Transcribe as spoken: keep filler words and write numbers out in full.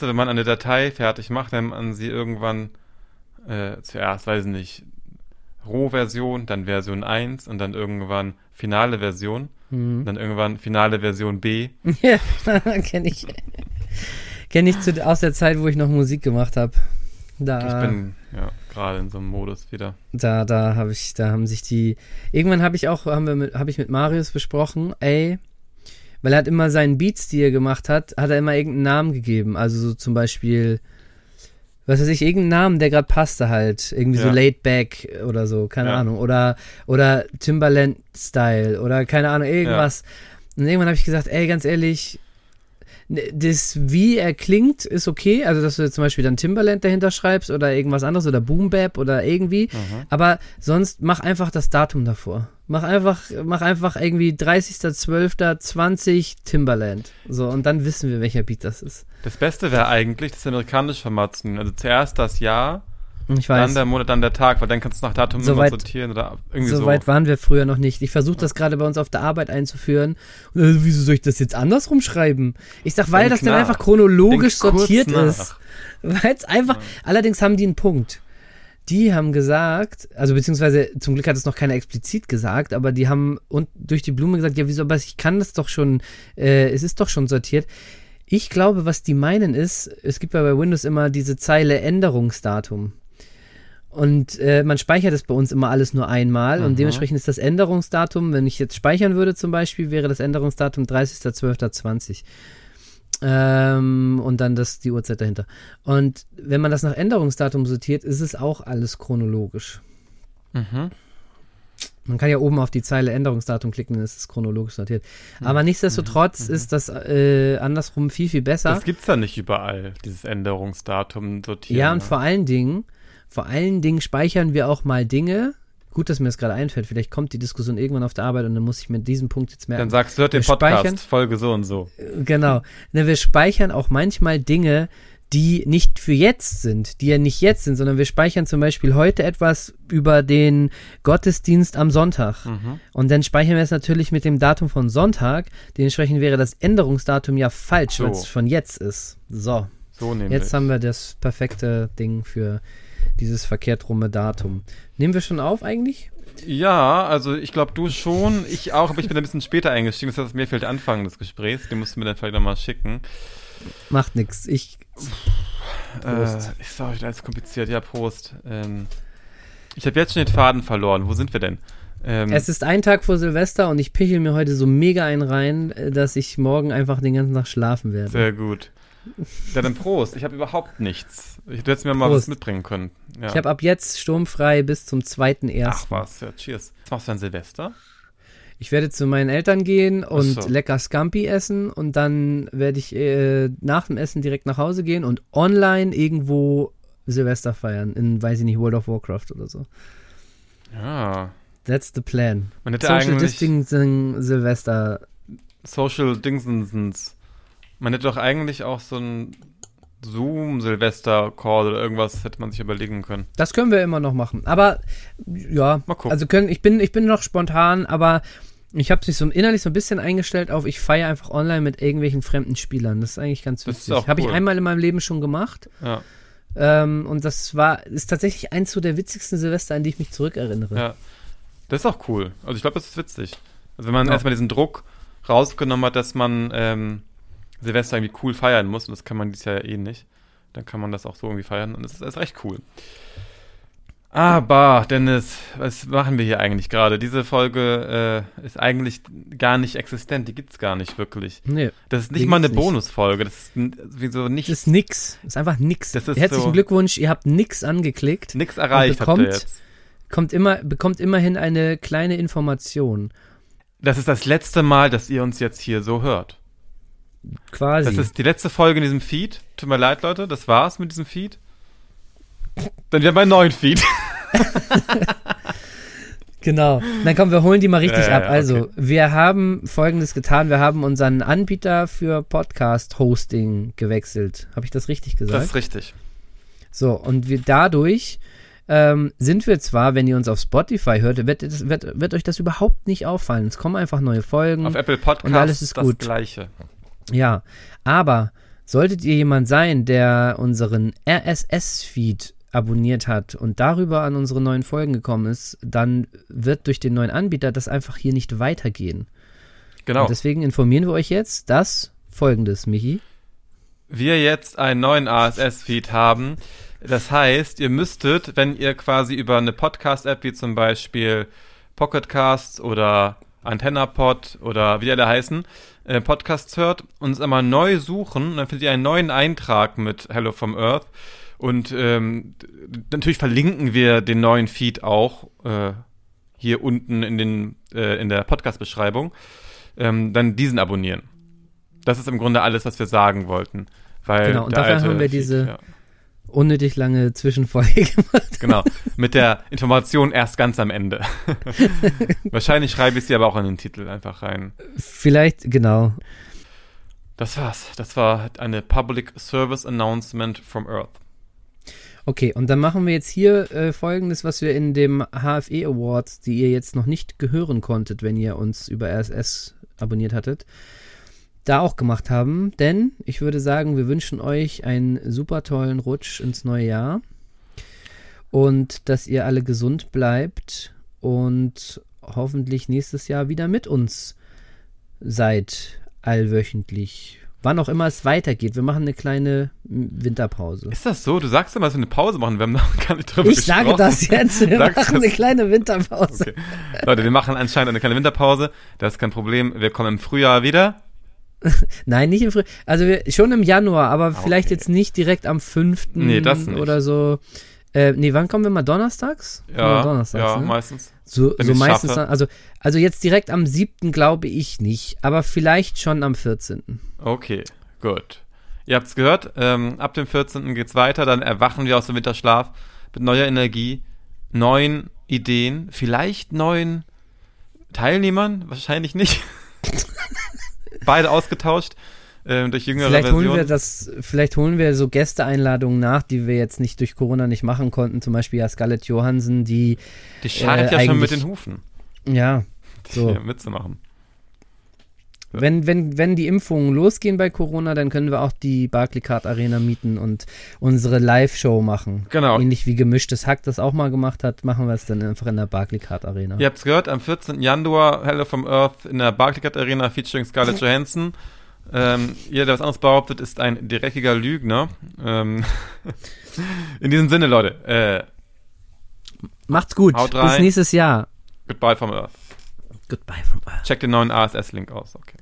du, wenn man eine Datei fertig macht, dann man sie irgendwann äh, zuerst, weiß ich nicht, Rohversion, dann Version eins und dann irgendwann finale Version, mhm. dann irgendwann finale Version B. Ja, kenne ich. Kenne ich zu, aus der Zeit, wo ich noch Musik gemacht habe. Da, ich bin ja gerade in so einem Modus wieder. Da, da habe ich, da haben sich die. Irgendwann habe ich auch, haben wir mit, habe ich mit Marius besprochen, ey, weil er hat immer seinen Beats, die er gemacht hat, hat er immer irgendeinen Namen gegeben. Also so zum Beispiel, was weiß ich, irgendeinen Namen, der gerade passte halt. Irgendwie ja. so Laid Back oder so, keine ja. Ahnung. Oder, oder Timbaland Style oder keine Ahnung, irgendwas. Ja. Und irgendwann habe ich gesagt, ey, ganz ehrlich, das, wie er klingt, ist okay. Also, dass du jetzt zum Beispiel dann Timbaland dahinter schreibst oder irgendwas anderes oder Boom Bap oder irgendwie. Mhm. Aber sonst mach einfach das Datum davor. Mach einfach, mach einfach irgendwie dreißigster zwölfter zwanzig Timbaland. So, und dann wissen wir, welcher Beat das ist. Das Beste wäre eigentlich, das amerikanische Format zu nehmen. Also zuerst das Jahr, ich weiß. Dann der Monat, dann der Tag, weil dann kannst du nach Datum so weit, sortieren oder irgendwie so. So weit waren wir früher noch nicht. Ich versuche das gerade bei uns auf der Arbeit einzuführen. Und, äh, wieso soll ich das jetzt andersrum schreiben? Ich sag, weil Denk das nach. dann einfach chronologisch Denk sortiert ist. Weil es einfach, ja. allerdings haben die einen Punkt. Die haben gesagt, also beziehungsweise zum Glück hat es noch keiner explizit gesagt, aber die haben und durch die Blume gesagt, ja wieso, aber ich kann das doch schon, äh, es ist doch schon sortiert. Ich glaube, was die meinen ist, es gibt ja bei Windows immer diese Zeile Änderungsdatum. Und äh, man speichert es bei uns immer alles nur einmal mhm. und dementsprechend ist das Änderungsdatum, wenn ich jetzt speichern würde zum Beispiel, wäre das Änderungsdatum dreißigster zwölfter zwanzig. Ähm, und dann das, die Uhrzeit dahinter. Und wenn man das nach Änderungsdatum sortiert, ist es auch alles chronologisch. Mhm. Man kann ja oben auf die Zeile Änderungsdatum klicken, dann ist es chronologisch sortiert. Mhm. Aber nichtsdestotrotz mhm. ist das äh, andersrum viel, viel besser. Das gibt's ja nicht überall, dieses Änderungsdatum sortieren. Ja, und ne? vor allen Dingen, vor allen Dingen speichern wir auch mal Dinge. Gut, dass mir das gerade einfällt. Vielleicht kommt die Diskussion irgendwann auf der Arbeit und dann muss ich mir diesen Punkt jetzt merken. Dann sagst du, hört den Podcast, Folge so und so. Genau. Wir speichern auch manchmal Dinge, die nicht für jetzt sind, die ja nicht jetzt sind, sondern wir speichern zum Beispiel heute etwas über den Gottesdienst am Sonntag. Mhm. Und dann speichern wir es natürlich mit dem Datum von Sonntag. Dementsprechend wäre das Änderungsdatum ja falsch, so. Weil es von jetzt ist. So. So nämlich. Jetzt haben wir das perfekte Ding für dieses verkehrt rumme Datum. Nehmen wir schon auf eigentlich? Ja, also ich glaube du schon, ich auch, aber ich bin ein bisschen später eingestiegen, das heißt, mir fehlt der Anfang des Gesprächs, den musst du mir dann vielleicht nochmal schicken. Macht nix, ich Prost. Äh, ist doch alles kompliziert, ja Prost. Ähm, ich habe jetzt schon den Faden verloren, wo sind wir denn? Ähm, es ist ein Tag vor Silvester und ich pichel mir heute so mega einen rein, dass ich morgen einfach den ganzen Tag schlafen werde. Sehr gut. Ja, dann Prost. Ich habe überhaupt nichts. Ich, du hättest mir mal Prost. was mitbringen können. Ja. Ich habe ab jetzt sturmfrei bis zum zweiten ersten Ach was, ja, cheers. Was machst du an Silvester? Ich werde zu meinen Eltern gehen und so. lecker Scampi essen und dann werde ich äh, nach dem Essen direkt nach Hause gehen und online irgendwo Silvester feiern. In, weiß ich nicht, World of Warcraft oder so. Ja. That's the plan. Man hätte Social eigentlich Distancing Silvester. Social Distancing. Man hätte doch eigentlich auch so ein Zoom-Silvester-Call oder irgendwas hätte man sich überlegen können. Das können wir immer noch machen. Aber, ja, mal gucken. Also können, ich bin, ich bin noch spontan, aber ich habe mich so innerlich so ein bisschen eingestellt auf, ich feiere einfach online mit irgendwelchen fremden Spielern. Das ist eigentlich ganz witzig. Cool. Habe ich einmal in meinem Leben schon gemacht. Ja. Ähm, und das war, ist tatsächlich eins so der witzigsten Silvester, an die ich mich zurückerinnere. Ja, das ist auch cool. Also ich glaube, das ist witzig. Also wenn man ja. erstmal diesen Druck rausgenommen hat, dass man ähm, Silvester irgendwie cool feiern muss, und das kann man dieses Jahr ja eh nicht, dann kann man das auch so irgendwie feiern und das ist, das ist recht cool. Aber, Dennis, was machen wir hier eigentlich gerade? Diese Folge äh, ist eigentlich gar nicht existent, die gibt's gar nicht wirklich. Nee, das ist nicht mal eine Bonusfolge, das ist wieso nichts. Das ist nix, das ist einfach nix. Das ist Herzlichen so Glückwunsch, ihr habt nix angeklickt. Nix erreicht bekommt, habt ihr jetzt. Kommt immer, bekommt immerhin eine kleine Information. Das ist das letzte Mal, dass ihr uns jetzt hier so hört. Quasi. Das ist die letzte Folge in diesem Feed. Tut mir leid, Leute, das war's mit diesem Feed. Dann wir haben einen neuen Feed. Genau. Dann komm, wir holen die mal richtig ja, ab. ja, Also, okay. wir haben Folgendes getan. Wir haben unseren Anbieter für Podcast-Hosting gewechselt. Habe ich das richtig gesagt? Das ist richtig. So, und wir dadurch ähm, sind wir zwar, wenn ihr uns auf Spotify hört, wird, wird, wird euch das überhaupt nicht auffallen. Es kommen einfach neue Folgen. Auf Apple Podcasts und alles ist das gut. Gleiche. Ja, aber Solltet ihr jemand sein, der unseren R S S-Feed abonniert hat und darüber an unsere neuen Folgen gekommen ist, dann wird durch den neuen Anbieter das einfach hier nicht weitergehen. Genau. Und deswegen informieren wir euch jetzt, dass Folgendes, Michi. Wir jetzt einen neuen R S S-Feed haben. Das heißt, ihr müsstet, wenn ihr quasi über eine Podcast-App wie zum Beispiel Pocket Casts oder AntennaPod oder wie die alle heißen, äh, Podcasts hört, uns einmal neu suchen, dann findet ihr einen neuen Eintrag mit Hello from Earth. Und ähm, natürlich verlinken wir den neuen Feed auch äh, hier unten in, den, äh, in der Podcast-Beschreibung. Ähm, dann diesen abonnieren. Das ist im Grunde alles, was wir sagen wollten. Weil genau, und dafür haben wir Feed, diese ja. unnötig lange Zwischenfolge gemacht. Genau, mit der Information erst ganz am Ende. Wahrscheinlich schreibe ich sie aber auch in den Titel einfach rein. Vielleicht, genau. Das war's. Das war eine Public Service Announcement from Earth. Okay, und dann machen wir jetzt hier äh, Folgendes, was wir in dem H F E Awards, die ihr jetzt noch nicht gehören konntet, wenn ihr uns über R S S abonniert hattet, da auch gemacht haben. Denn ich würde sagen, wir wünschen euch einen super tollen Rutsch ins neue Jahr und dass ihr alle gesund bleibt und hoffentlich nächstes Jahr wieder mit uns seid, allwöchentlich. Wann auch immer es weitergeht. Wir machen eine kleine Winterpause. Ist das so? Du sagst immer, dass wir eine Pause machen. Wir haben noch gar nicht drüber ich gesprochen. Ich sage das jetzt. Wir Sagst machen das? eine kleine Winterpause. Okay. Leute, wir machen anscheinend eine kleine Winterpause. Das ist kein Problem. Wir kommen im Frühjahr wieder. Nein, nicht im Frühjahr. Also wir, schon im Januar, aber okay. vielleicht jetzt nicht direkt am fünften Nee, das nicht. Oder so. Äh, nee, wann kommen wir mal? Donnerstags? Ja, Donnerstags, ja ne? meistens. So, so meistens schaffe. dann, also, also jetzt direkt am siebten glaube ich nicht, aber vielleicht schon am vierzehnten Okay, gut. Ihr habt's gehört, ähm, ab dem vierzehnten geht's weiter, dann erwachen wir aus dem Winterschlaf mit neuer Energie, neuen Ideen, vielleicht neuen Teilnehmern, wahrscheinlich nicht. Beide ausgetauscht äh, durch jüngere vielleicht Versionen. Holen wir das, vielleicht holen wir so Gästeeinladungen nach, die wir jetzt nicht durch Corona nicht machen konnten. Zum Beispiel ja Scarlett Johansson, die Die scharrt äh, ja schon mit den Hufen. Ja, so. Hier mitzumachen. Ja. Wenn, wenn, wenn die Impfungen losgehen bei Corona, dann können wir auch die Barclaycard Arena mieten und unsere Live-Show machen. Genau. Ähnlich wie Gemischtes Hack das auch mal gemacht hat, machen wir es dann einfach in der Barclaycard Arena. Ihr habt's gehört, am vierzehnten Januar Hello from Earth in der Barclaycard Arena featuring Scarlett Johansson. Ähm, jeder, der was anderes behauptet, ist ein dreckiger Lügner. Ähm, in diesem Sinne, Leute. Äh, Macht's gut. Haut rein. Bis nächstes Jahr. Goodbye from Earth. Goodbye from Earth. Check den neuen R S S-Link aus. Okay.